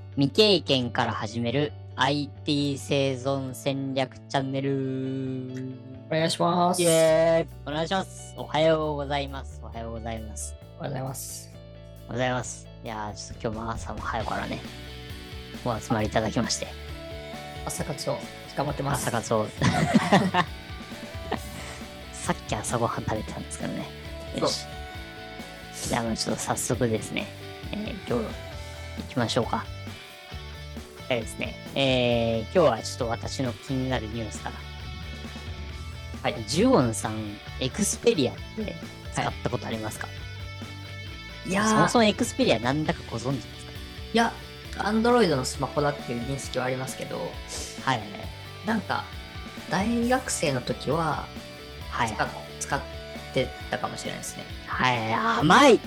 未経験から始める IT 生存戦略チャンネル。 お願いしまイす。 エーイ、お願いします。おはようございます。おはようございます。 おはようございます。 おはようございます。いやー、ちょっと今日も朝も早くからね、お集まりいただきまして。 朝活を頑張ってます。 朝活を。さっき朝ごはん食べてたんですけどね。よし。じゃあ、ちょっと早速ですね、今日行きましょうか。ですね、今日はちょっと私の気になるニュースから。はい、ジュオンさん、エクスペリアって使ったことありますか？いや、そもそもエクスペリアなんだかご存知ですか？ いや、アンドロイドのスマホだっていう認識はありますけど、 はい。 なんか、大学生の時ははい。 使ってたかもしれないですね。 はい、甘い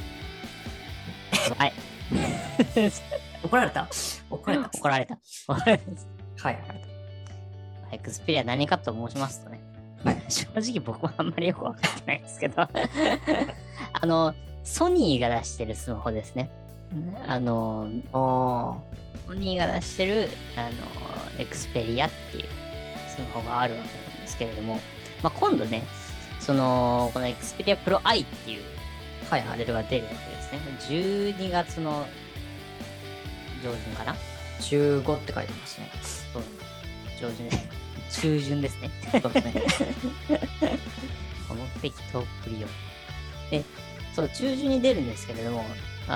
甘い。 怒られた。 はい。エクスペリア何かと申しますとね、正直僕はあんまりよくわかってないんですけどソニーが出してるスマホですね。ソニーが出してるエクスペリアっていうスマホがあるわけなんですけれども、今度ね、このエクスペリアプロ I っていうモデルが出るわけですね。12月の上旬かな ?15 って書いてますね。 そう、上旬ね。中旬ですね。そうですね。この適当っぷりを。で、そう、中旬に出るんですけれども、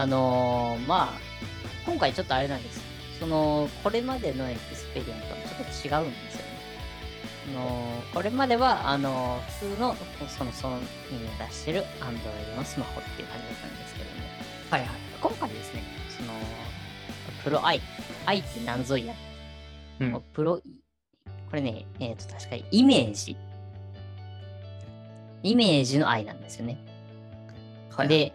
今回ちょっとあれなんです。これまでのエクスペリアンとはちょっと違うんですよね。これまでは、普通の、ソニーが出してる Android のスマホっていう感じだったんですけれども、 はいはい。 今回ですね、プロ I って何ぞいや。プロ、これね、確かにイメージの I なんですよね。 はい、 で、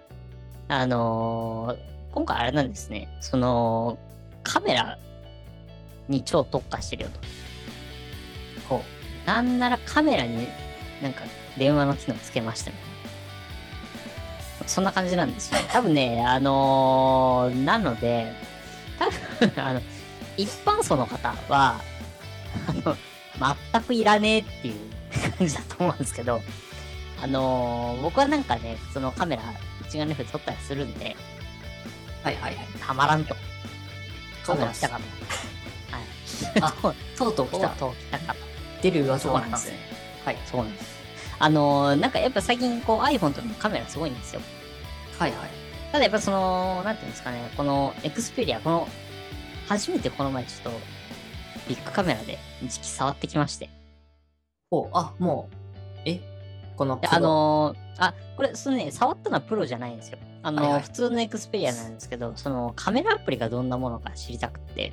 今回あれなんですね、カメラに超特化してるよと。なんならカメラになんか電話の機能つけましたみたいな。そんな感じなんですよ。多分ね、なので、多分、一般層の方は、全くいらねえっていう感じだと思うんですけど、僕はなんかね、そのカメラ一眼レフ撮ったりするんで、たまらんと。 カメラ来たかと。 はい。あ、とうとう来た。 とう来たかと。 出る噂があったんですね。 はい、そうなんです。なんかやっぱ最近こう iPhone とかのカメラすごいんですよ。 はいはい。 ただやっぱなんていうんですかね、このエクスペリア、初めてこの前ちょっとビッグカメラで実機触ってきまして。 もう、このプロ。これ、触ったのはプロじゃないんですよ。普通のエクスペリアなんですけど、カメラアプリがどんなものか知りたくて。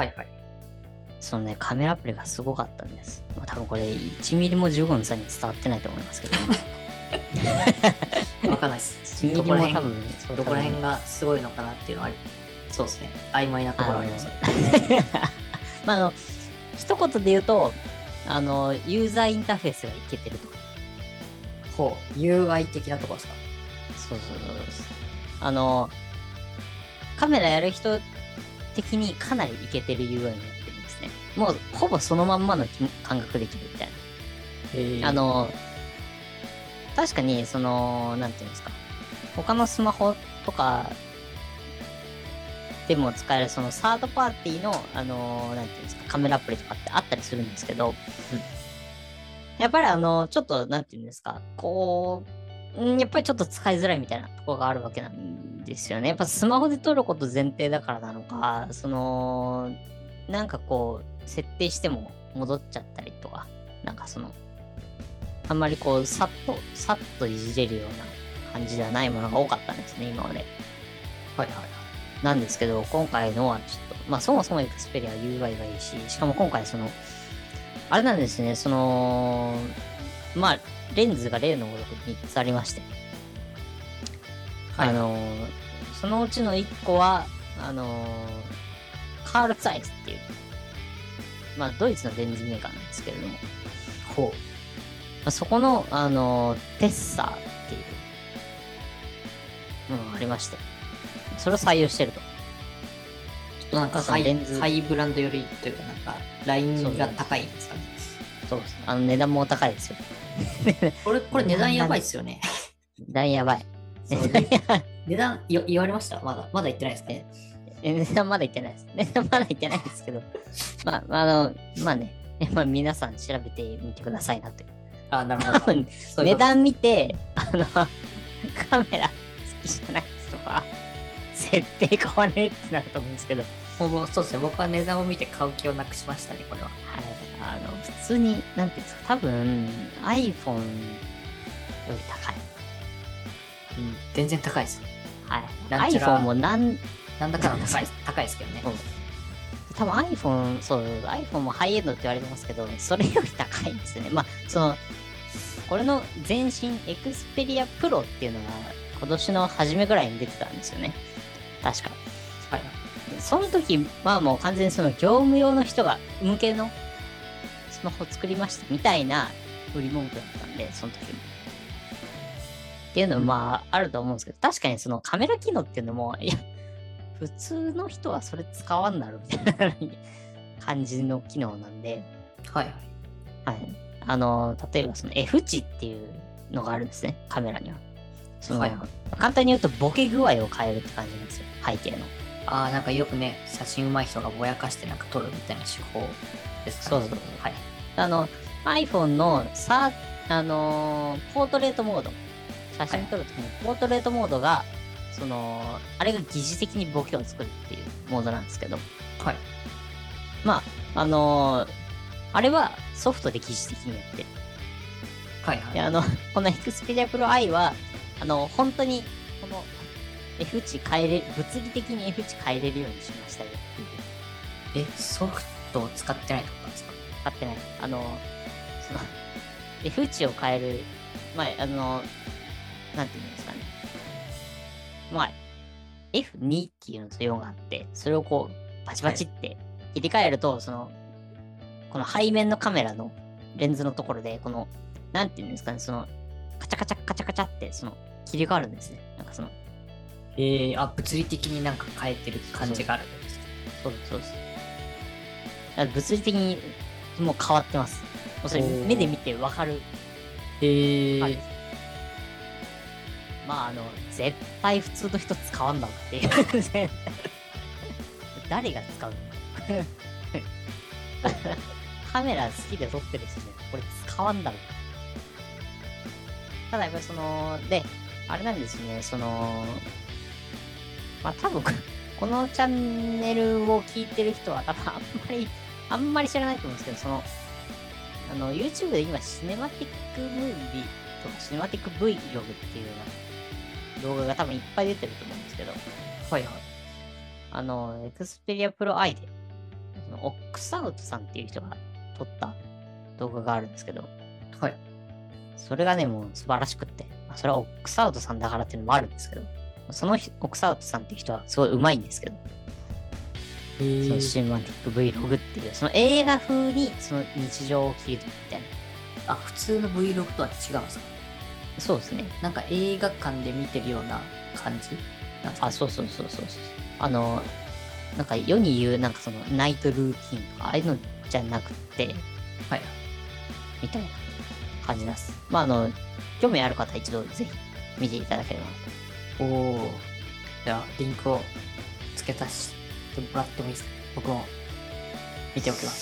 カメラアプリがすごかったんです。多分これ、1ミリも15分さんに伝わってないと思いますけど、 わかんないです。 1ミリも多分、 どこら辺がすごいのかなっていうのは、そうですね。曖昧なところありますね。 一言で言うと、ユーザーインターフェースがいけてると。 UI 的なところですか？ そう。カメラやる人的にかなりいけてる UI になってるんですね。もう、ほぼそのまんまの感覚できるみたいな。確かに、なんていうんですか。他のスマホとかでも使える、サードパーティーの、なんていうんですか、カメラアプリとかってあったりするんですけど、やっぱりちょっと、なんていうんですか、やっぱりちょっと使いづらいみたいなところがあるわけなんですよね。やっぱスマホで撮ること前提だからなのか、なんか設定しても戻っちゃったりとか、なんかあんまりさっといじれるような感じではないものが多かったんですね、今まで。なんですけど、今回のはちょっと、そもそもエクスペリアは UI がいいし、しかも今回あれなんですね、レンズが例のごとく3つありまして。そのうちの1個は、カールツアイスっていう、ドイツのレンズメーカーなんですけれども、そこの、テッサーっていうものがありまして、それを採用してると。 なんかレンズハイブランドよりというか、なんか、ラインが高いんですかね。 そうです。値段も高いですよ。 これ値段やばいっすよね。 値段やばい。 値段言われましたまだ言ってないですかね。 値段まだ言ってないです。値段まだ言ってないですけど、まあね、皆さん調べてみてくださいなという。 あ、なるほど。 値段見て、カメラ好きじゃない人は、設定買わねえってなると思うんですけど。 もうそうですね。僕は値段を見て買う気をなくしましたね、これは。はい。 普通に、なんていうんですか、多分、iPhone より高い。 うん、全然高いです。 はい。iPhone もなんだかんだ高いですけどね。 多分 iPhone もハイエンドって言われてますけど、それより高いんですよね。これの前身、Xperia Pro っていうのが今年の初めぐらいに出てたんですよね。確か。 はい。 その時はもう完全にその業務用の人が向けのスマホを作りましたみたいな売り文句だったんで、その時も。っていうのもあると思うんですけど、確かにそのカメラ機能っていうのも、いや、普通の人はそれ使わんだろみたいな感じの機能なんで、 はいはい。 はい。例えばその F 値っていうのがあるんですね、カメラには。 はいはい。 簡単に言うとボケ具合を変えるって感じなんですよ、背景の。 なんかよくね、写真上手い人がぼやかしてなんか撮るみたいな手法ですかね。 そう。 はい。 iPhone のポートレートモード。写真撮るときのポートレートモードが、あれが疑似的にボケを作るっていうモードなんですけど。 はい。 あれはソフトで疑似的にやってる。 はいはい。 で、この Xperia Pro I は、本当に、この F 値変えれる、物理的に F 値変えれるようにしましたよっていう。 ソフトを使ってないってことなんですか？ 使ってない。F 値を変える、なんていうんですかね。F2 っていうのと4があって、それをこう、パチパチって切り替えると、この背面のカメラのレンズのところで、なんていうんですかね、カチャカチャカチャカチャって、切り替わるんですね。なんか物理的になんか変えてる感じがあるんですか？ そうです。物理的にもう変わってます。もうそれ目で見てわかる。絶対普通の人使わんだっていう。誰が使うのカメラ好きで撮ってるしね、これ使わんだろ。ただやっぱりで、あれなんですね、多分、このチャンネルを聞いてる人は多分あんまり知らないと思うんですけど、YouTube で今シネマティックムービーとかシネマティック Vlog っていうような動画が多分いっぱい出てると思うんですけど、 はいはい。 Xperia Pro I で、オックスアウトさんっていう人が撮った動画があるんですけど、 はい。 それがね、もう素晴らしくって、それはオックスアウトさんだからっていうのもあるんですけど、そのオックスアウトさんっていう人はすごい上手いんですけど、そのシネマティック Vlog っていう、その映画風にその日常を切り取るみたいな。 普通の Vlog とは違うんですか？ そうですね。 なんか映画館で見てるような感じなんですか？ そう。なんか世に言う、なんかナイトルーティンとか、ああいうのじゃなくて、 はい。 みたいな感じです。興味ある方は一度ぜひ見ていただければ。 じゃあ、リンクを付け足してもらってもいいですか？僕も見ておきます。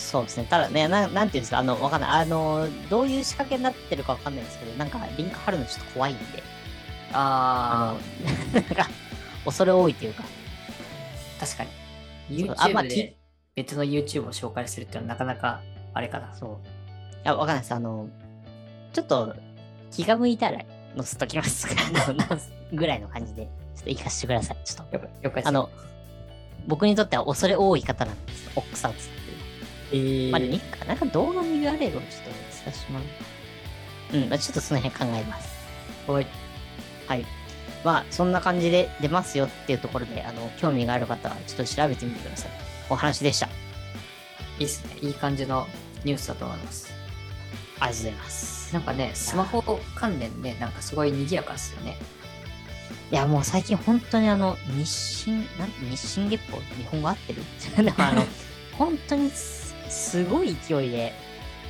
そうですね。ただね、なんていうんですか、わかんない。どういう仕掛けになってるかわかんないですけど、なんかリンク貼るのちょっと怖いんで。なんか、恐れ多いというか。 確かに。YouTube で別の YouTube を紹介するっていうのはなかなかあれかな。 そう。いや、わかんないです。ちょっと気が向いたら載せときますぐらいの感じで、ちょっと行かせてください。ちょっと。 了解です。 僕にとっては恐れ多い方なんです。オックスアウトさんっていう。リンクなんか動画の URL をちょっと伝してもらう。ちょっとその辺考えます。 はい。 そんな感じで出ますよっていうところで、興味がある方はちょっと調べてみてください。お話でした。 いいっすね。いい感じのニュースだと思います。 ありがとうございます。 なんかね、スマホ関連ね、なんかすごい賑やかですよね。 いや、もう最近本当に日進月歩、日本語合ってるでも本当にすごい勢いで、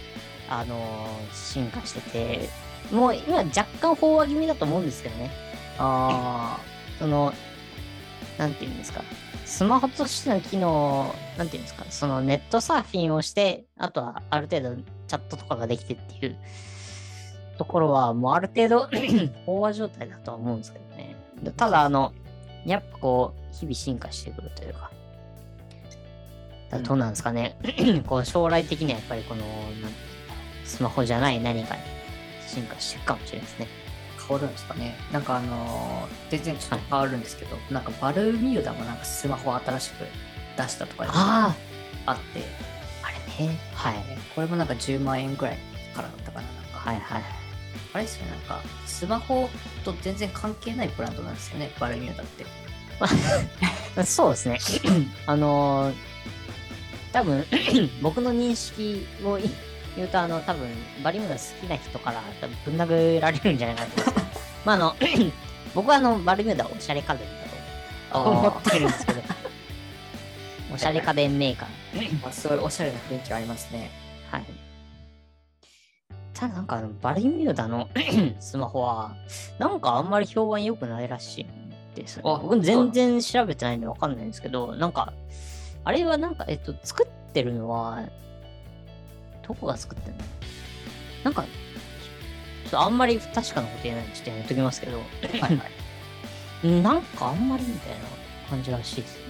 進化してて、もう今若干飽和気味だと思うんですけどね。 あなんていうんですか。スマホとしての機能、なんていうんですか。そのネットサーフィンをして、あとはある程度チャットとかができてっていうところは、もうある程度飽和状態だとは思うんですけどね。ただ、やっぱこう、日々進化してくるというか。どうなんですかね。こう将来的にはやっぱりこの、スマホじゃない何かに進化していくかもしれないですね。 変わるんですかね。なんか全然ちょっと変わるんですけど、なんかバルミューダもなんかスマホを新しく出したとかあって、 あれね。はい。 これもなんか10万円ぐらいからだったかな。なんかはいはい。 あれですよね、なんかスマホと全然関係ないブランドなんですよね、バルミューダって。 そうですね。多分僕の認識を言うと、多分バリムーダ好きな人から多分ぶん殴られるんじゃないかなと思います。まあ、僕はバルミューダおしゃれ家電だと思ってるんですけど、おしゃれ家電メーカー。 すごいおしゃれな雰囲気ありますね。 はい。ただなんかバルミューダのスマホは、なんかあんまり評判良くないらしいんですよね。僕全然調べてないんでわかんないんですけど、なんか、あれはなんか、作ってるのは、どこが作ってんのなんか、ちょっとあんまり確かなこと言えないんで、ちょっとやめときますけど、はいはい。なんかあんまりみたいな感じらしいですね。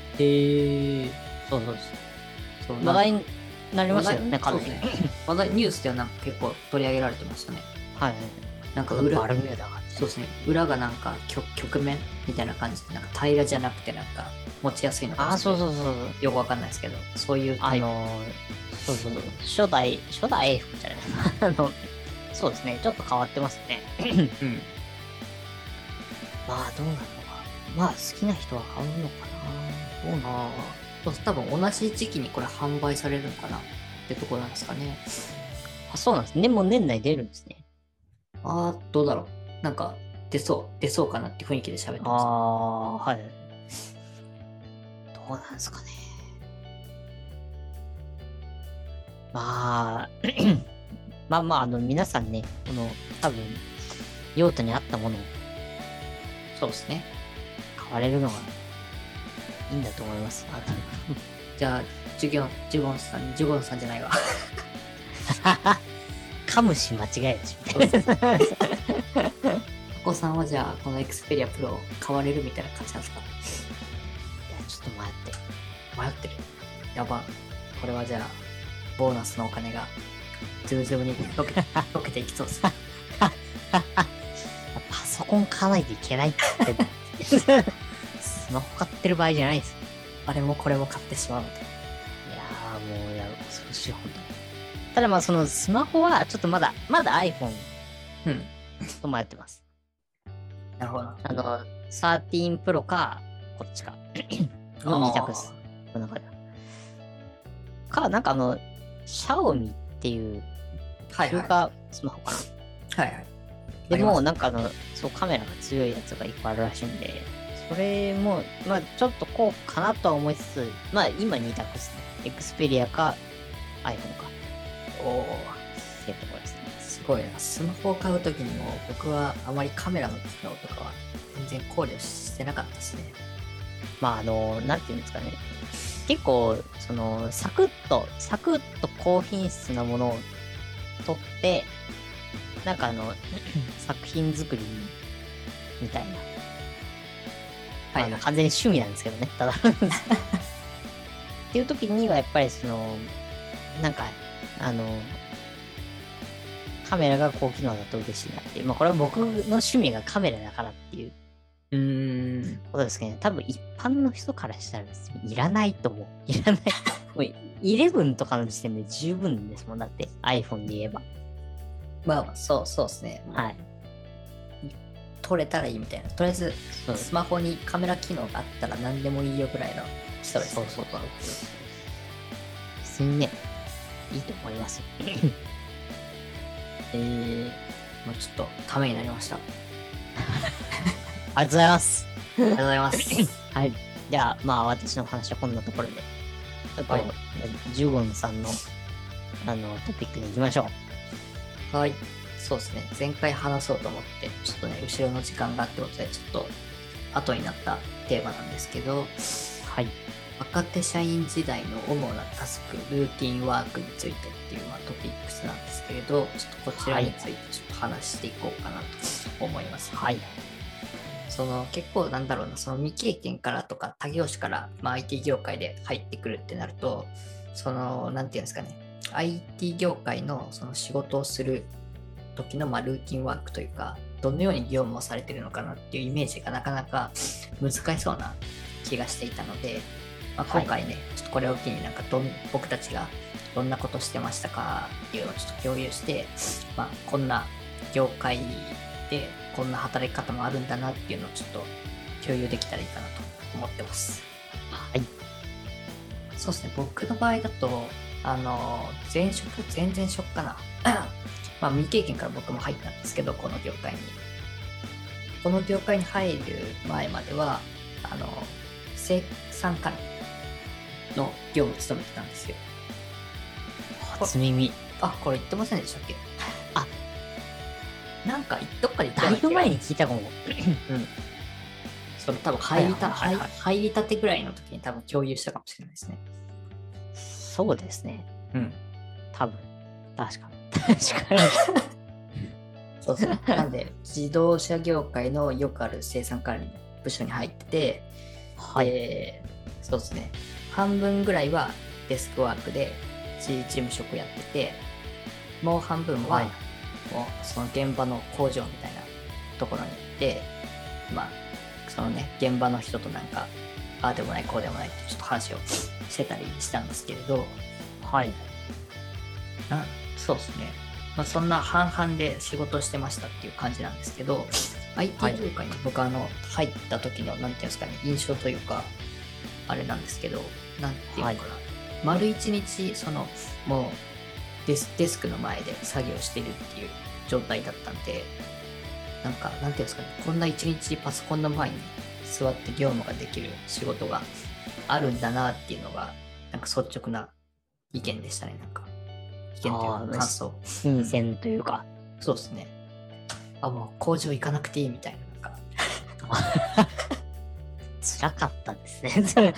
そうそうそう。話題になりましたよね、 かなり。話題、ニュースではなんか結構取り上げられてましたね。 はい。 なんかバルミューダが。 そうですね。裏がなんか曲面みたいな感じで、なんか平らじゃなくてなんか持ちやすいのかな。 そうそうそう。 よくわかんないですけど、そういうタイプ。 そうそうそう。初代 A 服じゃないそうですね。ちょっと変わってますね。うん。まあ、どうなのか。まあ、好きな人は買うのかな。どうなの多分同じ時期にこれ販売されるのかなってとこなんですかね。 そうなんですね。もう年内出るんですね。 どうだろう。なんか、出そうかなって雰囲気で喋ってます。 はい。どうなんですかね。まあ、皆さんね、多分、用途に合ったものを、 そうですね。 買われるのがいいんだと思います。 じゃあ、ジュゴンさんじゃないわ。 カムシ間違えるし。 お子さんはじゃあ、このエクスペリアプロを買われるみたいな感じなんですか？いや、ちょっと迷ってる。やば。これはじゃあ、ボーナスのお金が、ズブズブに溶けていきそうです。 パソコン買わないといけないって。スマホ買ってる場合じゃないです。 あれもこれも買ってしまうみたいな。 いやーもう、恐ろしい、本当に。ただまあ、そのスマホは、ちょっとまだ iPhone と迷ってます。 なるほど。 13 Pro か、こっちか。の2択です。この中では。なんかシャオミっていう中華スマホかな。 はいはい。 でも、なんかそう、カメラが強いやつが1個あるらしいんで、それも、まあ、ちょっとこうかなとは思いつつ、まあ、今2択ですね。エクスペリアか、iPhone か。ってところですね。 すごいな。スマホを買うときにも、僕はあまりカメラの機能とかは全然考慮してなかったですね。 まあ、なんていうんですかね。結構、サクッと高品質なものを撮って、なんか作品作りみたいな。完全に趣味なんですけどね、ただ。っていう時には、やっぱりなんか、カメラが高機能だと嬉しいなっていう。まあ、これは僕の趣味がカメラだからっていう。ことですけどね。多分一般の人からしたらですね、いらないと思う。いらない。もう11とかの時点で十分ですもん。だって iPhone で言えば。 まあ、そうですね。 はい。 撮れたらいいみたいな。とりあえず、スマホにカメラ機能があったら何でもいいよぐらいの人です。そう。 別にね、いいと思いますよ。 まあちょっとためになりました。 ありがとうございます。 ありがとうございます。 はい。じゃあ、まあ、私の話はこんなところで、ちょっと、 はい、 ジュゴンさんの、トピックに行きましょう。 はい。そうですね。前回話そうと思って、ちょっとね、後ろの時間があってことで、ちょっと後になったテーマなんですけど、 はい。 若手社員時代の主なタスク、ルーティンワークについてっていう、トピックスなんですけれど、ちょっとこちらについてちょっと話していこうかなと思います。 はい。 結構なんだろうな、その未経験からとか他業種から、IT 業界で入ってくるってなると、なんていうんですかね、IT 業界のその仕事をする時のルーティンワークというか、どのように業務をされてるのかなっていうイメージがなかなか難しそうな気がしていたので、今回ね、ちょっとこれを機に僕たちがどんなことしてましたかっていうのをちょっと共有して、こんな業界でこんな働き方もあるんだなっていうのをちょっと共有できたらいいかなと思ってます。 はい。 そうですね、僕の場合だと、前々職かな。未経験から僕も入ったんですけど、この業界に。この業界に入る前までは、生産管理の業務を務めてたんですよ。 初耳。 これ言ってませんでしたっけ？ あ、 なんかどっかで言ってだいぶ前にた聞いたかも。 うん。多分入りたてぐらいの時に多分共有したかもしれないですね。 そうですね。 うん。 多分。確かに。 そうですね。なんで、自動車業界のよくある生産管理の部署に入ってて、 はい。 そうですね。半分ぐらいはデスクワークで事務職やってて、もう半分は、もうその現場の工場みたいなところに行って、現場の人とああでもないこうでもないってちょっと話をしてたりしたんですけれど、 はい。 そうですね。そんな半々で仕事をしてましたっていう感じなんですけど、IT 業界に僕入った時の、なんていうんですかね、印象というか、あれなんですけど、なんていうのかな。丸一日、もうデスクの前で作業してるっていう状態だったんで、なんていうんですかね、こんな一日パソコンの前に座って業務ができる仕事があるんだなっていうのが、率直な意見でしたね、意見というか感想。 新鮮というか。 そうですね。もう工場行かなくていいみたいな、 辛かったですね。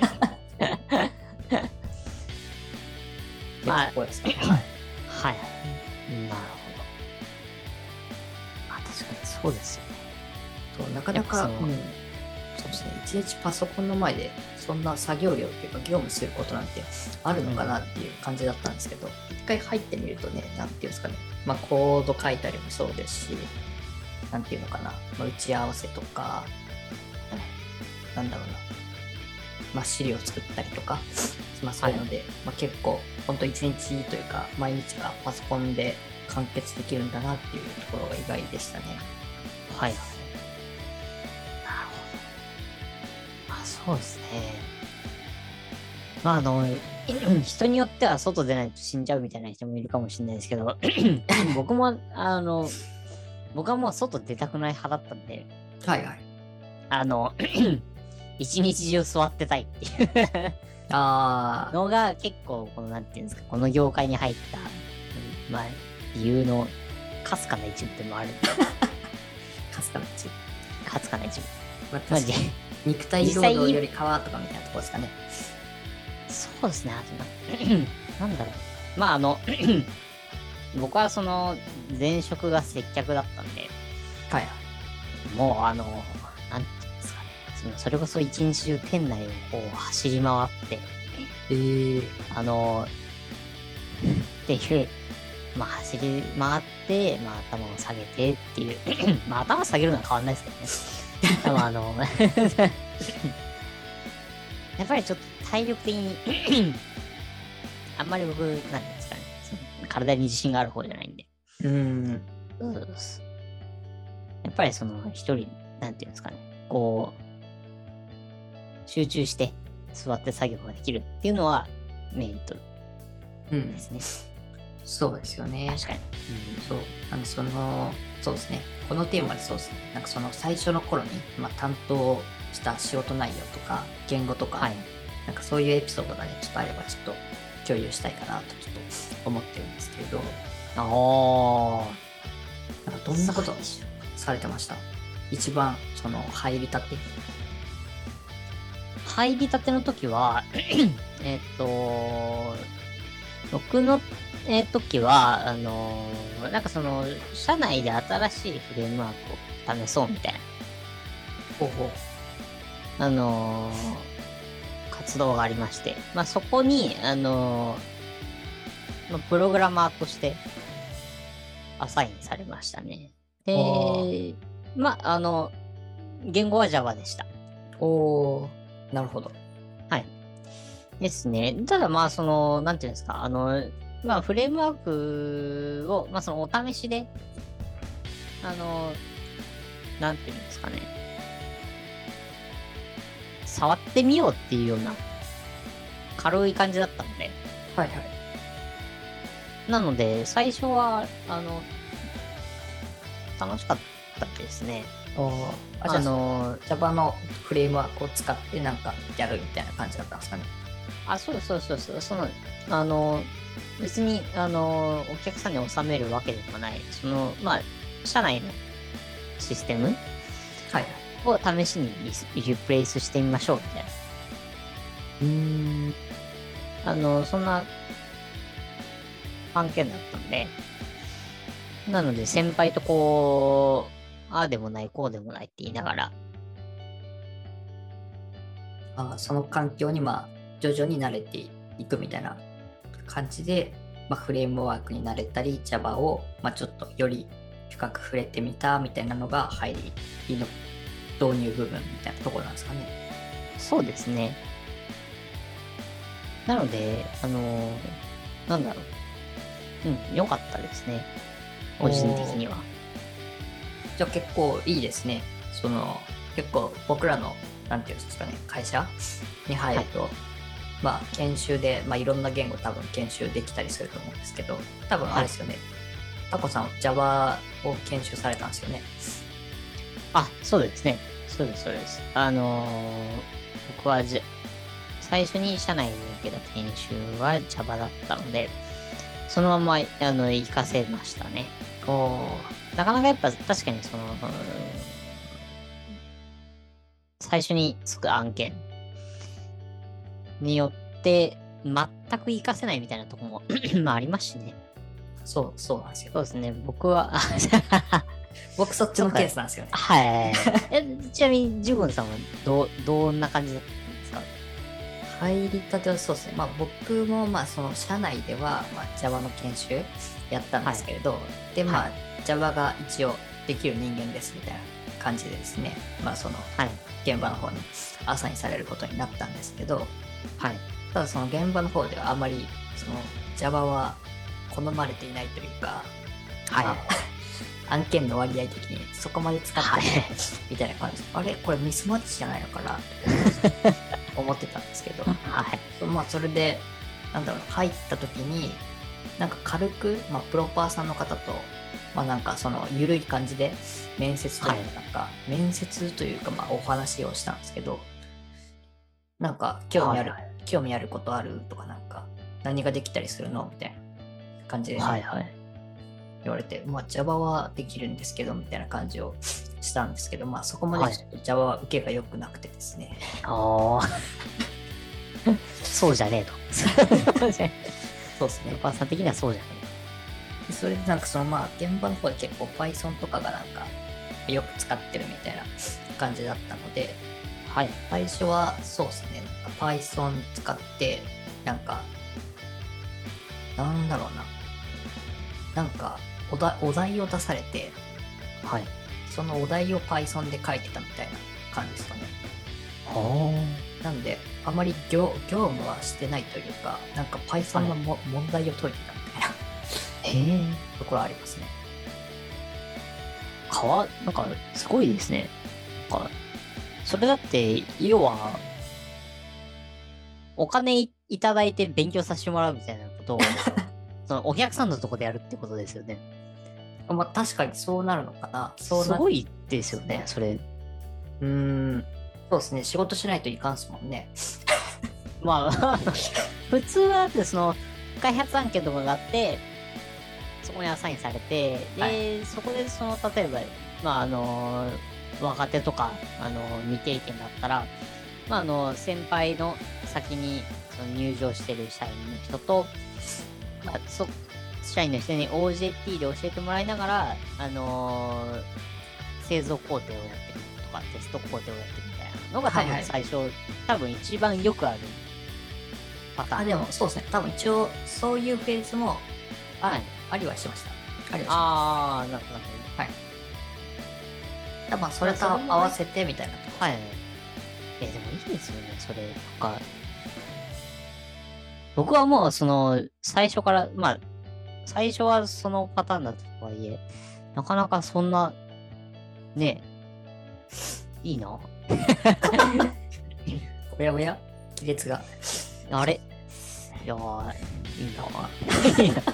まあ、ここですね。 はい。なるほど。確かにそうですよね。 そう、なかなか、そうですね。一日パソコンの前で、そんな作業量っていうか業務することなんてあるのかなっていう感じだったんですけど、一回入ってみるとね、なんていうんですかね、コード書いたりもそうですし、なんていうのかな、打ち合わせとか、なんだろうな、資料作ったりとか、そういうので、結構、本当一日というか、毎日がパソコンで完結できるんだなっていうところが意外でしたね。 はい。なるほど。そうですね。人によっては外出ないと死んじゃうみたいな人もいるかもしれないですけど、僕はもう外出たくない派だったんで、 はいはい。 一日中座ってたいっていうのが結構、なんていうんですか、この業界に入った、理由のかすかな一部でもある。 かすかな一部。 かすかな一部。 肉体労働より川とかみたいなところですかね。 そうですね。なんだろう。僕は前職が接客だったんで、 はい。 もうなんていうんですかね。それこそ一日中店内をこう走り回って、っていう、走り回って、頭を下げてっていう、頭下げるのは変わんないですけどね。やっぱりちょっと体力的にあんまり僕、なんていうんですかね、体に自信がある方じゃないんで。そうです。やっぱり一人、なんていうんですかね、こう、集中して座って作業ができるっていうのはメリットですね。 そうですよね。 確かに。 そう。そうですね。このテーマでそうですね。なんかその最初の頃に、担当した仕事内容とか、言語とか、 はい。 なんかそういうエピソードがね、ちょっとあればちょっと共有したいかなとちょっと思ってるんですけれど、 あなんかどんなことされてました？一番その入りたて。 入りたての時は、僕の、時は、なんかその、社内で新しいフレームワークを試そうみたいな、 ほうほう。 活動がありまして、まあそこに、まあプログラマーとしてアサインされましたね。 あで、まあ、言語は Java でした。 あ、おー、なるほど。 はい。ですね。ただまあ、なんていうんですか、まあ、フレームワークを、まあ、お試しで、あの、なんていうんですかね、触ってみようっていうような、軽い感じだったので、 はいはい。 なので、最初は、楽しかったですね。 おー、あ、じゃあJava のフレームワークを使ってなんかやるみたいな感じだったんですかね。 そうそうそうそう、別に、お客さんに収めるわけでもない、まあ、社内のシステムはいはい。 を試しにリプレイスしてみましょうみたいな。そんな案件だったんで、なので先輩とこう、ああでもない、こうでもないって言いながら、 その環境に徐々に慣れていくみたいな感じで、フレームワークに慣れたり Java をちょっとより深く触れてみたみたいなのが入りの導入部分みたいなところなんですかね。 そうですね。なので、なんだろう。良かったですね。個人的には。 じゃあ結構いいですね。結構僕らのなんていうんですかね、会社に入ると、研修で、いろんな言語多分研修できたりすると思うんですけど、多分あれですよね。タコさん Java を研修されたんですよね。 そうですね。そうです、そうです。僕は最初に社内に受けた研修は Java だったので、そのまま、活かせましたね。なかなかやっぱ確かに最初につく案件によって、全く活かせないみたいなとこもありますしね。 そうなんですよ。 そうですね。僕は僕そっちのケースなんですよね。 はい。ちなみに、ジュゴンさんはどんな感じだったんですか？ 入りたてはそうですね。僕もその社内ではJava の研修やったんですけれど、でJava が一応できる人間ですみたいな感じでですね、現場の方にアサインされることになったんですけど、ただその現場の方ではあまりJava は好まれていないというか、案件の割合的にそこまで使ってないみたいな感じ、あれこれミスマッチじゃないのかなって思ってたんですけど、それで入った時になんか軽く、プロパーさんの方と緩い感じで面接というか、面接というかお話をしたんですけど、興味あることあるとか何ができたりするのみたいな感じで、言われて、Java はできるんですけどみたいな感じをしたんですけど、そこまでちょっと Java は受けが良くなくてですね。 そうじゃねえと。 そうですね。 パーさん的にはそうじゃねえ。それで現場の方で結構 Python とかがよく使ってるみたいな感じだったので、最初はそうですね。Python 使ってなんだろうな。お題を出されて、そのお題を Python で書いてたみたいな感じですかね。なんで、あまり業務はしてないというか、Python の問題を解いてたみたいな、ところありますね。 すごいですね。それだって、要は、お金いただいて勉強させてもらうみたいなことをそのお客さんのとこでやるってことですよね。 まあ確かにそうなるのかな。 すごいですよね、それ。 そうですね。仕事しないといかんすもんね。 まあ、普通はだってその開発案件とかがあって、そこにアサインされて、で、 はそこでその、例えば、まあ、若手とか、未経験だったら、まあ、先輩の先にその入場してる社員の人と、まあ、社員の人に OJT で教えてもらいながら、製造工程をやっていくとか、テスト工程をやっていくみたいなのが多分最初、多分一番よくあるパターン。 でもそうですね。多分一応そういうフェーズもありはしました。ありはしました。 ああ、なるほど。 はい。多分それと合わせてみたいなところ。 はい。でもいいですよね、それとか。僕はもう、最初から、まあ、最初はそのパターンだったとはいえ、なかなかそんな、ね、いいな。 おやおや亀裂が。 あれいやー、いいな。いいな。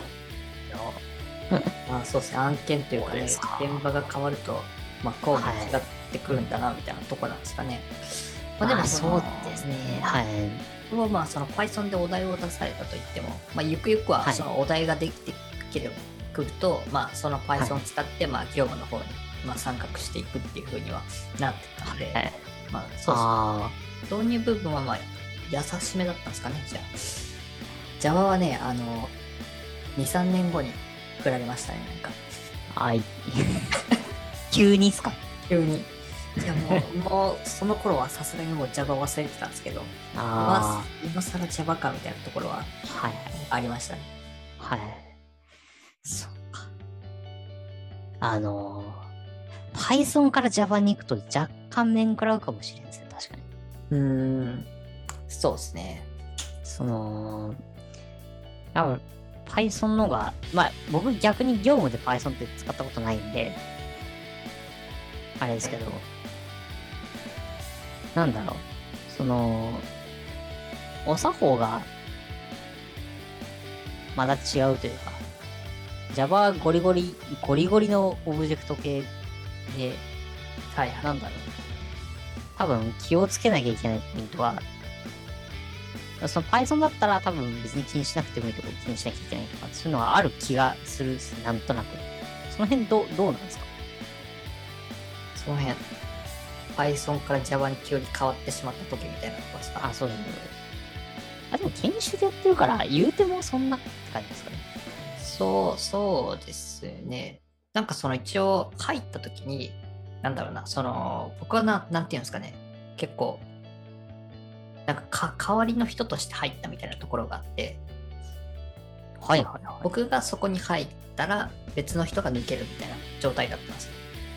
そうですね。案件というかね、現場が変わると、まあ、こうも違ってくるんだな、みたいなところなんですかね。 まあ、でもそうですね。はい。 まあ、その Python でお題を出されたといっても、まあ、ゆくゆくはそのお題ができてくると、まあ、その Python を使って、まあ、業務の方に、まあ、参画していくっていうふうにはなってたので、まあ、そうですね。導入部分は、まあ、優しめだったんですかね、じゃあ。Java はね、2、3年後に振られましたね、なんか。 急にっすか？ 急に。いやもうその頃はさすがにもう Java 忘れてたんですけど、今更 Java かみたいなところはありましたね。 はい。そうか。Python から Java に行くと若干面食らうかもしれないですね、確かに。 そうですね。 多分 Python のが、まあ僕逆に業務で Python って使ったことないんで、あれですけど、なんだろう。お作法が、まだ違うというか、Java ゴリゴリのオブジェクト系で、なんだろう。多分気をつけなきゃいけないポイントは、その Python だったら多分別に気にしなくてもいいところ気にしなきゃいけないとか、そういうのはある気がするし、なんとなく。その辺どうなんですか？ その辺、Python から Java に急に変わってしまった時みたいなところですか？ そうですね。でも研修でやってるから、言うてもそんなって感じですかね。 そうですね。なんか一応入った時に、なんだろうな、僕はなんていうんですかね、結構、なんか代わりの人として入ったみたいなところがあって、僕がそこに入ったら別の人が抜けるみたいな状態だったんですよ。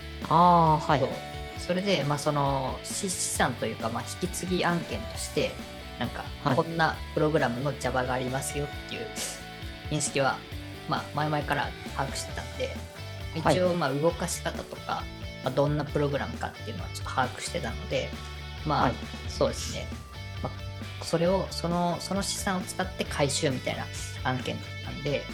それで、まあ資産というか、まあ引き継ぎ案件として、なんか、こんなプログラムの Java がありますよっていう認識は、まあ前々から把握してたんで、一応まあ動かし方とか、まあ、どんなプログラムかっていうのはちょっと把握してたので、まあ、そうですね。まあ、その資産を使って回収みたいな案件だったんで、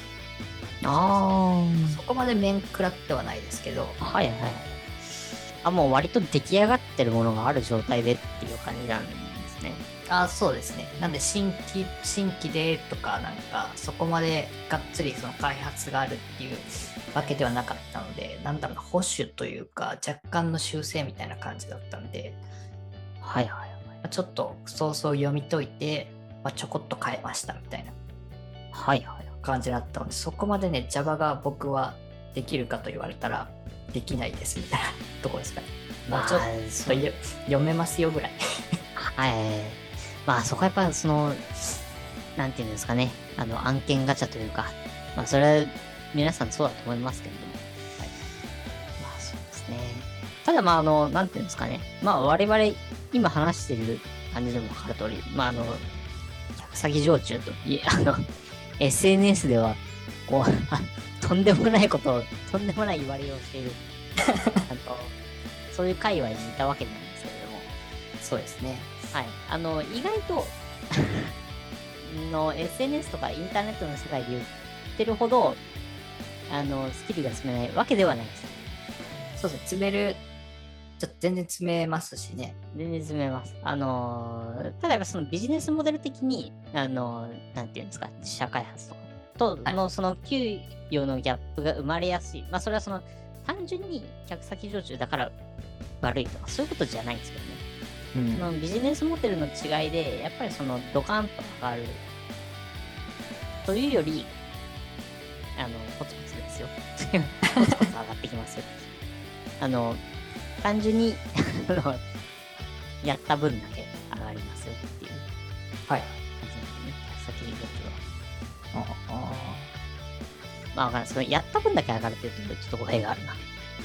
そこまで面食らってはないですけど、 もう割と出来上がってるものがある状態でっていう感じなんですね。 そうですね。なんで新規でとかなんかそこまでがっつりその開発があるっていうわけではなかったので、なんだろうな、保守というか若干の修正みたいな感じだったんで、ちょっと早々読み解いて、まあ、ちょこっと変えましたみたいな感じだったので、そこまでね Java が僕はできるかと言われたらできないですみたいなところですかね。もうちょっと読めますよぐらい。 まあそこはやっぱなんていうんですかね、案件ガチャというか、まあそれは皆さんそうだと思いますけれども、まあそうですね。ただまあなんていうんですかね、まあ我々今話している感じでも分かる通り、まあ客先常駐と、SNS ではこうとんでもない言われをしているそういう界隈にいたわけなんですけれども、 そうですね。 意外とSNS とかインターネットの世界で言ってるほど、スキルが積めないわけではないです。 そうですね、詰める、ちょっと全然詰めますしね。 全然積めます。ただやっぱそのビジネスモデル的に、なんていうんですか、自社開発とかとのその給与のギャップが生まれやすい。まあそれはその単純に客先常駐だから悪いとか、そういうことじゃないんですけどね。そのビジネスモデルの違いで、やっぱりそのドカンと上がるというより、コツコツですよ。コツコツ上がってきますよ。単純にやった分だけ上がりますよっていう。 はい。 客先常駐は。まあわかんない。そのやった分だけ上がるっていうと、ちょっと語弊があるな。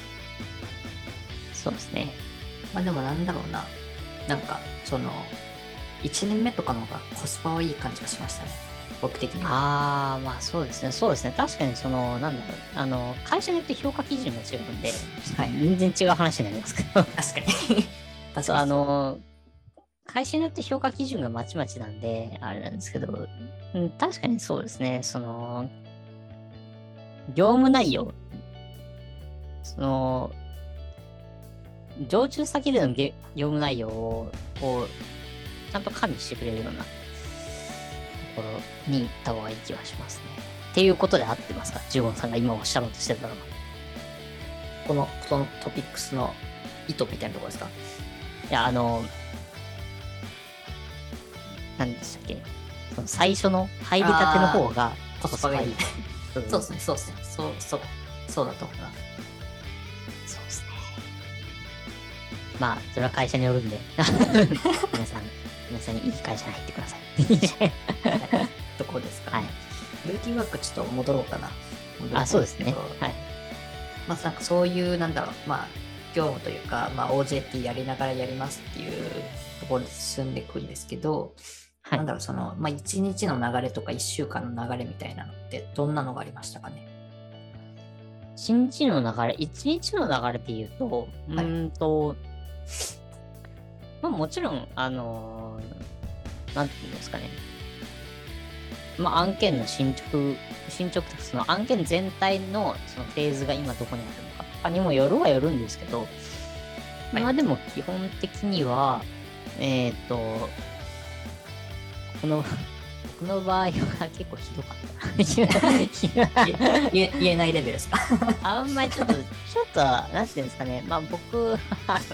そうですね。 まあでもなんだろうな。なんか、1年目とかの方がコスパはいい感じがしましたね。僕的には。 まあそうですね。そうですね。確かになんだろう。会社によって評価基準が違うんで、はい、全然違う話になりますけど。 確かに。 確かに。会社によって評価基準がまちまちなんで、あれなんですけど、確かにそうですね。業務内容。常駐先での業務内容を、ちゃんと管理してくれるようなところに行った方がいい気はしますね。っていうことで合ってますか、ジュゴンさんが今おっしゃろうとしてたのは。 このトピックスの意図みたいなところですか？ いや、何でしたっけ、その最初の入りたての方がコスパがいい。そうですね。そうだと思います。 そうですね。まあ、それは会社によるんで、皆さんにいい会社に入ってください。 どこですか？ はい。 ルーティンワークちょっと戻ろうかな。 そうですね。はい。 まあ、なんかそういう、なんだろう、まあ、業務というか、まあ、OJT やりながらやりますっていうところで進んでいくんですけど、はい、なんだろう、まあ、1日の流れとか1週間の流れみたいなのって、どんなのがありましたかね ？1日の流れで言うと、はい、まあもちろん、なんていうんですかね。まあ案件の進捗とか、その案件全体のそのフェーズが今どこにあるのかとかにもよるんですけど、はい、まあでも基本的には、僕の場合は結構ひどかった。 言えないレベルですか？ あんまりちょっと、なんていうんですかね。まあ僕は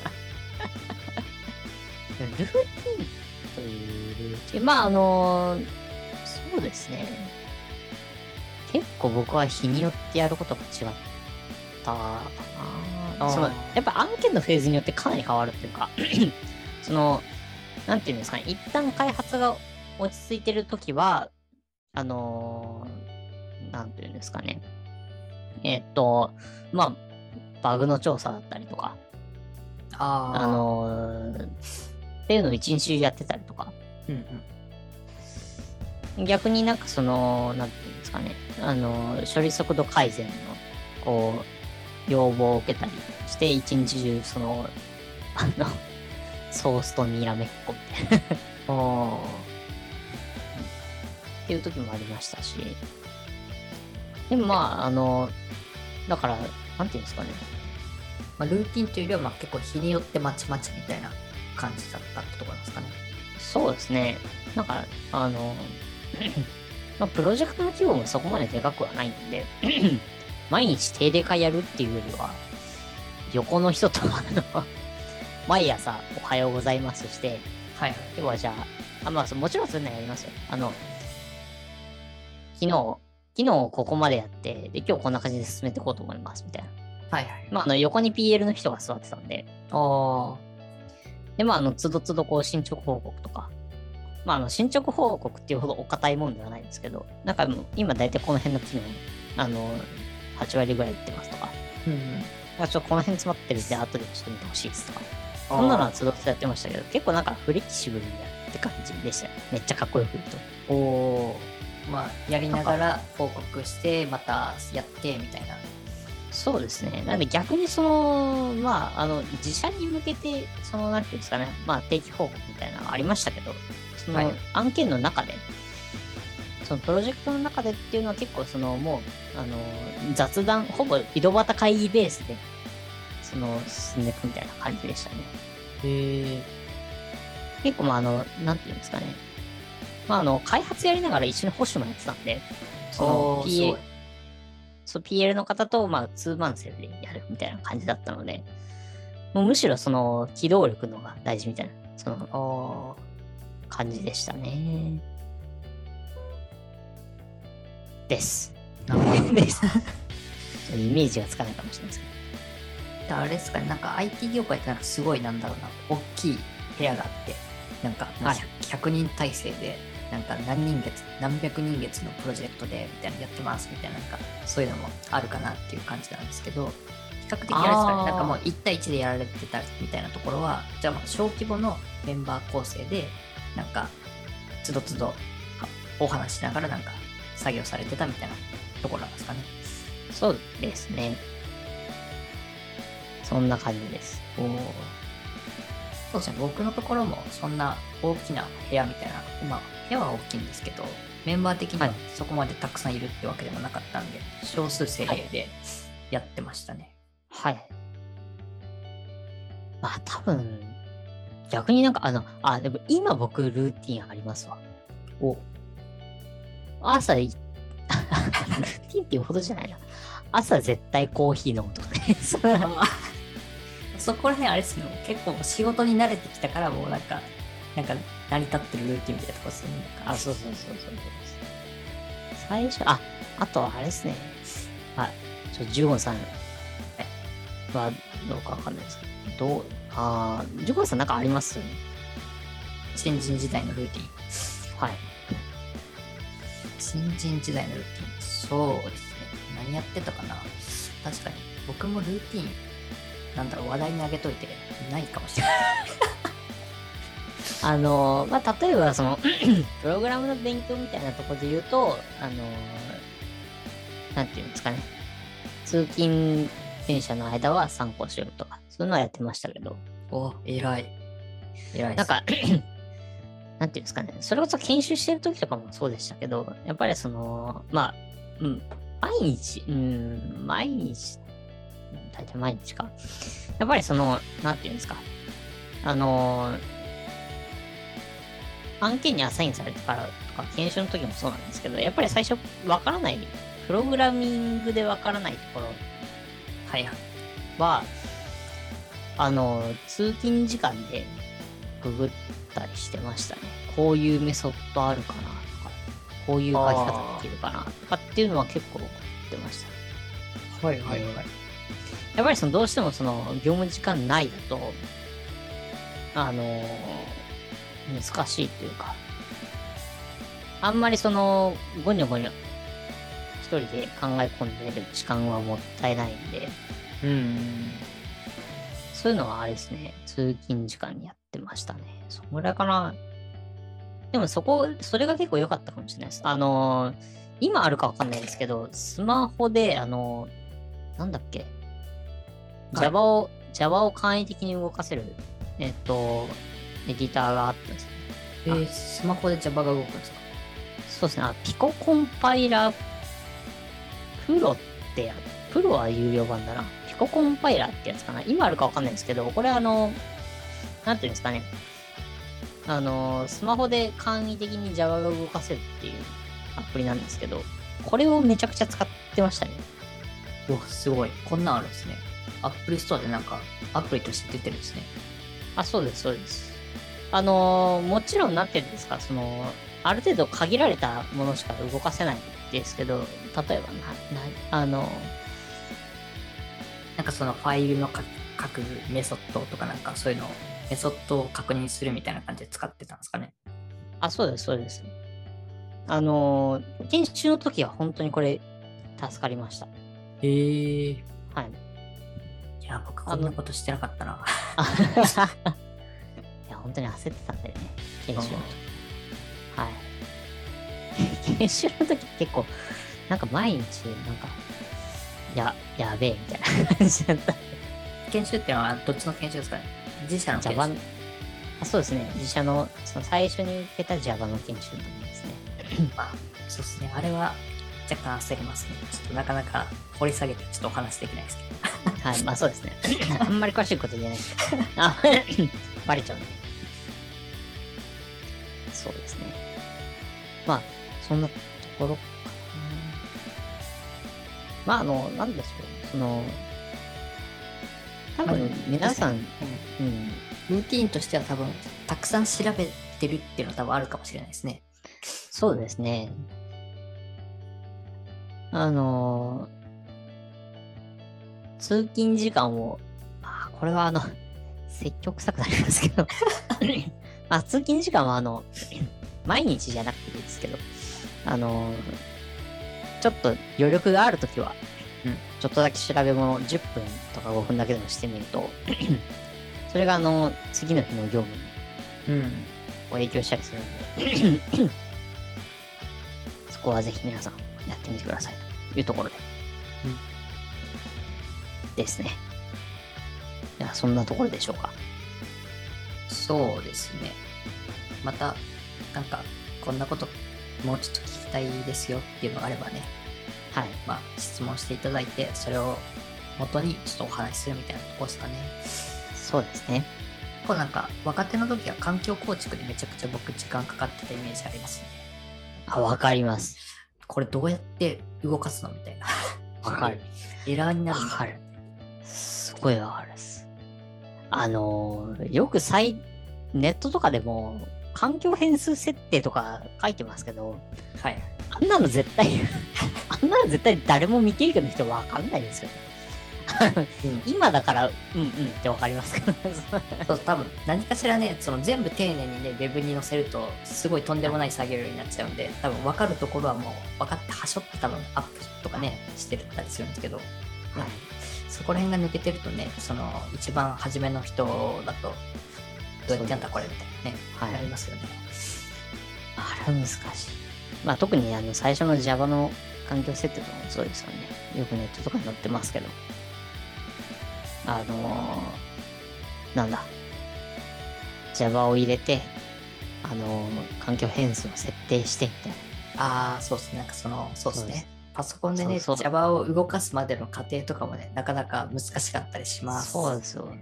ルーティンというルーティン。まあそうですね。結構僕は日によってやることが違ったかな。やっぱ案件のフェーズによってかなり変わるっていうか、なんていうんですかね。一旦開発が落ち着いてるときは、なんていうんですかね。まあ、バグの調査だったりとか、っていうのを一日中やってたりとか。逆になんかなんていうんですかね。処理速度改善の、要望を受けたりして、一日中、ソースとにらめっこみたいな。っていう時もありましたし。でもまあ、だから、なんていうんですかね。 まあ、ルーティンというよりは、まあ、結構日によってまちまちみたいな感じだったってところですかね。 そうですね。なんか、まあ、プロジェクトの規模もそこまででかくはないんで、毎日定例会やるっていうよりは、横の人と毎朝おはようございますして、 はい。 今日はじゃあ、まあ、もちろんそういうのやりますよ。昨日ここまでやって、で、今日こんな感じで進めていこうと思います、みたいな。 はいはい。 まあ、横に PL の人が座ってたんで、で、まあ、つどつどこう進捗報告とか、まあ、進捗報告っていうほどお堅いもんではないんですけど、なんかもう今大体この辺の機能、8割ぐらいいってますとか、ちょっとこの辺詰まってるんで、後でちょっと見てほしいですとか、そんなのはつどつどやってましたけど、結構なんかフレキシブルにやるって感じでしたよ。めっちゃかっこよく言うと。 まあ、やりながら報告して、またやって、みたいな。 そうですね。なんで逆にまあ、自社に向けて、なんていうんですかね、まあ、定期報告みたいなのがありましたけど、案件の中で、 そのプロジェクトの中でっていうのは結構もう、雑談、ほぼ井戸端会議ベースで、進んでいくみたいな感じでしたね。結構なんていうんですかね。開発やりながら一緒に保守もやってたんで、PL の方と、ツーマンセルでやるみたいな感じだったので、もうむしろ機動力のが大事みたいな、感じでしたね。です。です。イメージがつかないかもしれないですけど。 あれですかね、なんか IT 業界ってなんかすごいなんだろうな、大きい部屋があって、なんか100人体制で、なんか何百人月のプロジェクトでみたいなやってますみたいな、なんかそういうのもあるかなっていう感じなんですけど、比較的あれですかね、なんかもう1対1でやられてたみたいなところは、じゃあ小規模のメンバー構成で、なんかつどつどお話しながらなんか作業されてたみたいなところなんですかね。 そうですね。そんな感じです。 そうですね、僕のところもそんな大きな部屋みたいな、部屋は大きいんですけど、メンバー的にはそこまでたくさんいるってわけでもなかったんで、少数精鋭でやってましたね。 はい。多分、逆になんかでも今僕ルーティンありますわ。朝ルーティンっていうほどじゃないな。朝絶対コーヒー飲むとかね。 そこら辺あれですね、結構仕事に慣れてきたからもうなんか成り立ってるルーティンみたいなとこですよね。 そう。最初、あとはあれですね。ジュゴンさんはどうかわかんないですけど、ジュゴンさんなんかあります？ 新人時代のルーティン。 はい。 新人時代のルーティン。そうですね。何やってたかな。確かに僕もルーティン話題にあげといてないかもしれない。 例えばプログラムの勉強みたいなところで言うと、なんていうんですかね。通勤電車の間は参考しようとか、そういうのはやってましたけど。 偉い。 なんか、なんていうんですかね。それこそ研修してる時とかもそうでしたけど、やっぱり毎日、大体毎日か。やっぱりなんていうんですか。案件にアサインされてからとか、研修の時もそうなんですけど、やっぱり最初わからない、プログラミングでわからないところは、通勤時間でググったりしてましたね。こういうメソッドあるかなとか、こういう書き方できるかなとかっていうのは結構送ってました。やっぱりどうしても業務時間内だと、難しいというか、あんまりゴニョゴニョ一人で考え込んでる時間はもったいないんで、そういうのはあれですね、通勤時間にやってましたね。そんぐらいかな。でもそれが結構良かったかもしれないです。今あるかわかんないですけど、スマホで、なんだっけ、Java を簡易的に動かせる、エディターがあったんですね。スマホで Java が動くんですか？ そうですね。ピココンパイラープロプロは有料版だな。ピココンパイラーってやつかな。今あるかわかんないですけど、これなんていうんですかね。スマホで簡易的に Java が動かせるっていうアプリなんですけど、これをめちゃくちゃ使ってましたね。 すごい。こんなんあるんですね。Apple Store でなんかアプリとして出てるんですね。 そうです。もちろんなってるんですか、ある程度限られたものしか動かせないんですけど、例えばなんかファイルの書くメソッドとかなんかそういうのをメソッドを確認するみたいな感じで使ってたんですかね。 そうです。研修の時は本当にこれ助かりました。 はい。いや、僕こんなことしてなかったな。 いや、本当に焦ってたんだよね、研修の時。研修の時結構、なんか毎日、なんか、やべえみたいな感じだった。 研修ってのはどっちの研修ですかね？自社の研修？ そうですね。自社の、最初に受けた Java の研修なんですね。 そうですね。あれは若干焦りますね。ちょっとなかなか掘り下げてちょっとお話できないですけど。 はい、まあそうですね。あんまり詳しいこと言えないですけど。あバレちゃうんで。そうですね。まあ、そんなところかな。まあ、なんでしょう。多分皆さん、 ルーティーンとしては多分、たくさん調べてるっていうのは多分あるかもしれないですね。 そうですね。通勤時間を、これは積極臭くなりますけどまあ、通勤時間は毎日じゃなくていいですけど、ちょっと余力があるときは、ちょっとだけ調べ物10分とか5分だけでもしてみると、それが次の日の業務に、影響したりするので、そこはぜひ皆さんやってみてくださいというところで。ですね。いや、そんなところでしょうか。 そうですね。また、なんか、こんなこともうちょっと聞きたいですよっていうのがあればね、 はい。 まあ、質問していただいて、それを元にちょっとお話しするみたいなところですかね。 そうですね。 こうなんか、若手の時は環境構築でめちゃくちゃ僕時間かかってたイメージありますね。 わかります。 これどうやって動かすのみたいな。 わかる。 エラーになるわかる。すごいわかるです。よくネットとかでも、環境変数設定とか書いてますけど、 はい。 あんなの絶対誰も未経験の人わかんないですよ。今だから、ってわかりますかそう、多分何かしらね、その全部丁寧にね、ウェブに載せると、すごいとんでもない作業量になっちゃうんで、多分分かるところはもう分かって、はしょって多分アップとかね、してたりするんですけど、そこら辺が抜けてるとね、その一番初めの人だと、どうやってやったこれみたいなね、なりますよね。 あれは難しい。まあ特に最初の Java の環境設定とかもそうですよね。よくネットとかに載ってますけど。なんだ。Java を入れて、環境変数を設定してみたいな。そうですね。なんかそうですね。パソコンでね、 そう Java を動かすまでの過程とかもね、なかなか難しかったりします。 そうですよ。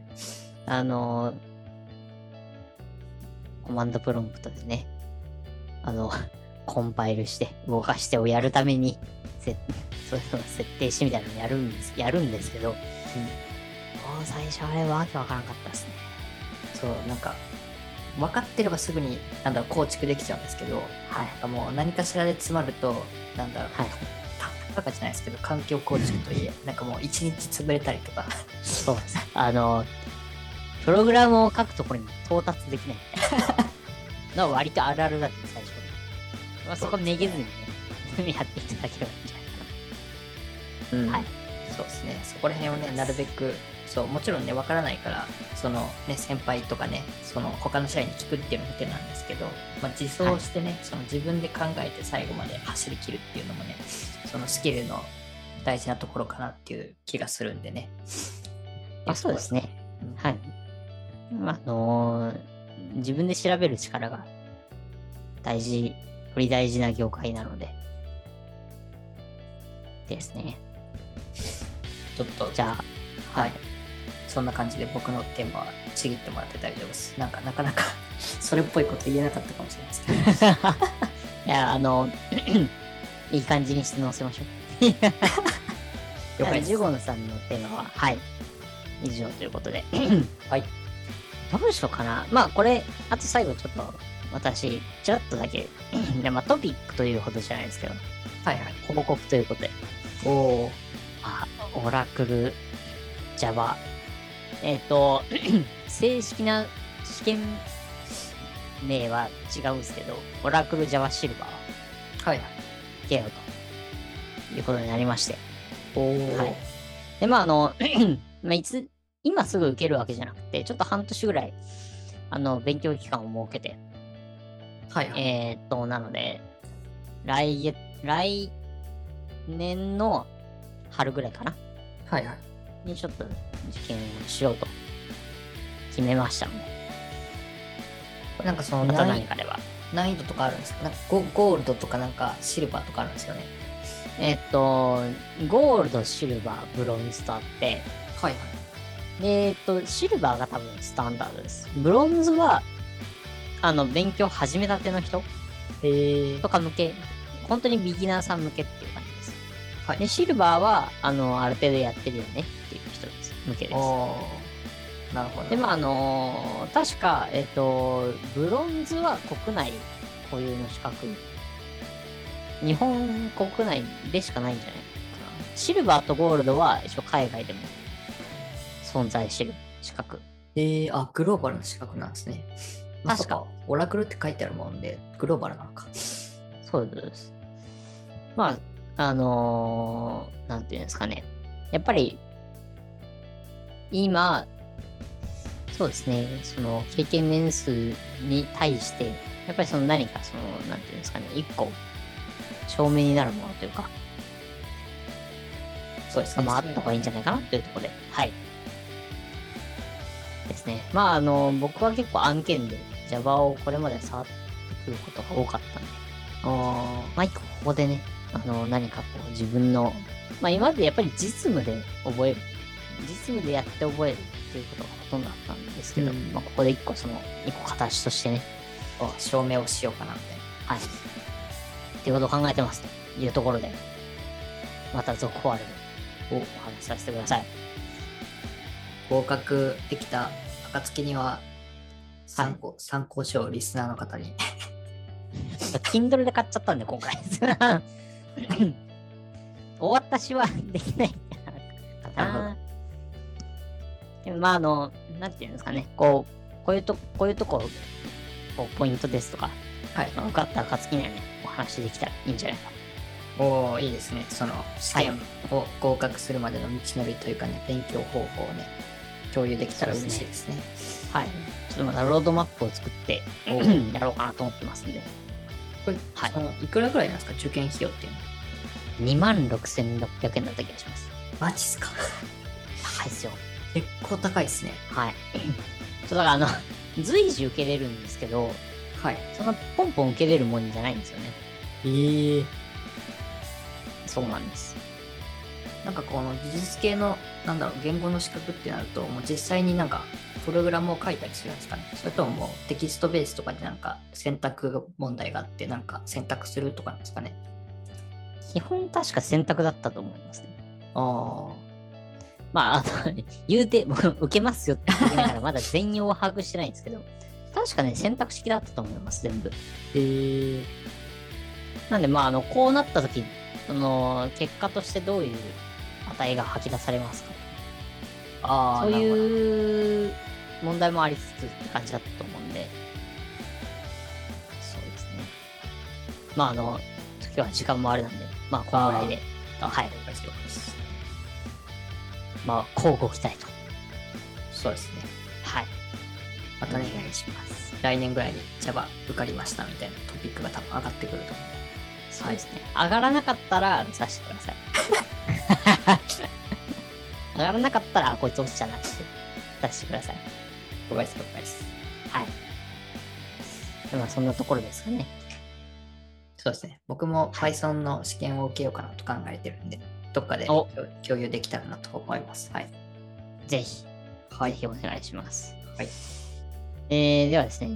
コマンドプロンプトでね、コンパイルして動かしてをやるために、そういうのを設定してみたいなのやるんですけど、もう最初あれわけわからなかったですね。 そう、なんか、分かってればすぐに、構築できちゃうんですけど、もう何かしらで詰まると、たかじゃないですけど、環境構築といえ、なんかもう一日潰れたりとか。 そうです。プログラムを書くところに到達できないみたいなのは割とあるあるだって最初に。まあ、そこめげずにね、やっていただければいいんじゃないかな。はい。 そうですね。そこら辺をね、なるべく、そう、もちろんね、わからないから、先輩とかね、他の社員に聞くっていうのも手なんですけど、まあ、自走してね、自分で考えて最後まで走り切るっていうのもね、スキルの大事なところかなっていう気がするんでね。 そうですね。はい。自分で調べる力がより大事な業界なので、ですね。 ちょっと、 じゃあ、はい。 そんな感じで僕のテーマはちぎってもらって大丈夫です。なかなかそれっぽいこと言えなかったかもしれないですけど。 いや、いい感じにして載せましょう。了解です。ジュゴンさんのテーマは、はい。以上ということで。 はい。 どうしようかな。まあ、これ、あと最後ちょっと、私、ちらっとだけ、まあ、トピックというほどじゃないですけど、報告ということで。オラクル、Java。正式な試験名は違うんですけど、オラクル Java シルバー。受けようということになりまして。で、まあ、今すぐ受けるわけじゃなくて、ちょっと半年ぐらい、勉強期間を設けて、なので、来年の春ぐらいかな。にちょっと受験をしようと決めましたので。 なんかまた何かあれば。 難易度とかあるんですか？なんかゴールドとかなんかシルバーとかあるんですよね。 ゴールド、シルバー、ブロンズとあって、 はいはい。 で、シルバーが多分スタンダードです。ブロンズは、勉強始めたての人とか向け、本当にビギナーさん向けっていう感じです。 はい。 で、シルバーは、ある程度やってるよねっていう人です。向けです。 なるほど。 で、まあ、確か、ブロンズは国内固有の資格。日本国内でしかないんじゃないかな。シルバーとゴールドは一応海外でも存在してる資格。 グローバルな資格なんですね。 確か。 オラクルって書いてあるもんで、グローバルなのか。 そうです。まあ、なんていうんですかね。やっぱり、今、そうですね、その経験年数に対して、やっぱりその何かその、なんていうんですかね、一個、証明になるものというか、 そうですね。 まあ、あった方がいいんじゃないかなというところで、はい。ですね。まあ、僕は結構案件で Java をこれまで触ってくることが多かったんで、まあ、一個ここでね、何かこう自分の、まあ、今までやっぱり実務で覚える。実務でやって覚えるっていうことがほとんどあったんですけど、まあ、ここで一個形としてね、 証明をしようかなみたいな。 はい。っていうことを考えてますというところで、また続報あればお話しさせてください。 合格できた暁には参考書をリスナーの方に。 Kindle で買っちゃったんで、今回。お渡しはできないかな。でもまあ、なんていうんですかね、こういうとこ、ポイントですとか、 はい。 受かった暁にはね、お話できたらいいんじゃないか。 いいですね。その試験を合格するまでの道のりというかね、勉強方法をね、共有できたら嬉しいですね。 はい。ちょっとまたロードマップを作ってやろうかなと思ってますんで。 これ、はい。いくらぐらいなんですか、受験費用っていうの。26,600円だった気がします。 マジっすか。 高いっすよ。 結構高いっすね。 はい。だから随時受けれるんですけど、 はい。 そんなポンポン受けれるもんじゃないんですよね。そうなんです。 なんかこの技術系の、言語の資格ってなると、もう実際になんか、プログラムを書いたりするんですかね。それとももうテキストベースとかでなんか選択問題があってなんか選択するとかなんですかね。 基本確か選択だったと思いますね。まあ、言うて、僕受けますよって言いながらまだ全容を把握してないんですけど、確かね、選択式だったと思います、全部。なんで、まあ、こうなった時、結果としてどういう値が吐き出されますか。そういう問題もありつつって感じだったと思うんで、そうですね。まあ、今日は時間もあれなんで、まあ、このぐらいで、はい。まあ、交互期待と。 そうですね。 はい。 またね、お願いします。来年ぐらいに Java 受かりましたみたいなトピックが多分上がってくると思う。 そうですね。上がらなかったら出してください。上がらなかったら、こいつ落ちちゃなくて出してください。 了解です。 はい。まあ、そんなところですかね。 そうですね。僕も Python の試験を受けようかなと考えてるんで、どっかで共有できたらなと思います。はい。 ぜひ、ぜひお願いします。 はい。 ではです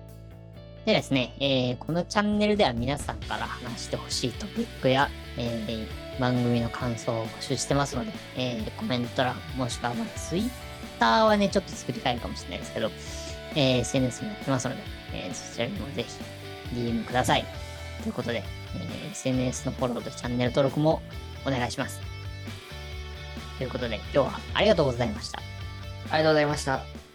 ね、このチャンネルでは皆さんから話してほしいトピックや、番組の感想を募集してますので、コメント欄、もしくは、Twitter はね、ちょっと作り変えるかもしれないですけど、SNS もやってますので、そちらにもぜひ DM ください。ということで、SNS のフォローとチャンネル登録もお願いします。ということで、今日はありがとうございました。 ありがとうございました。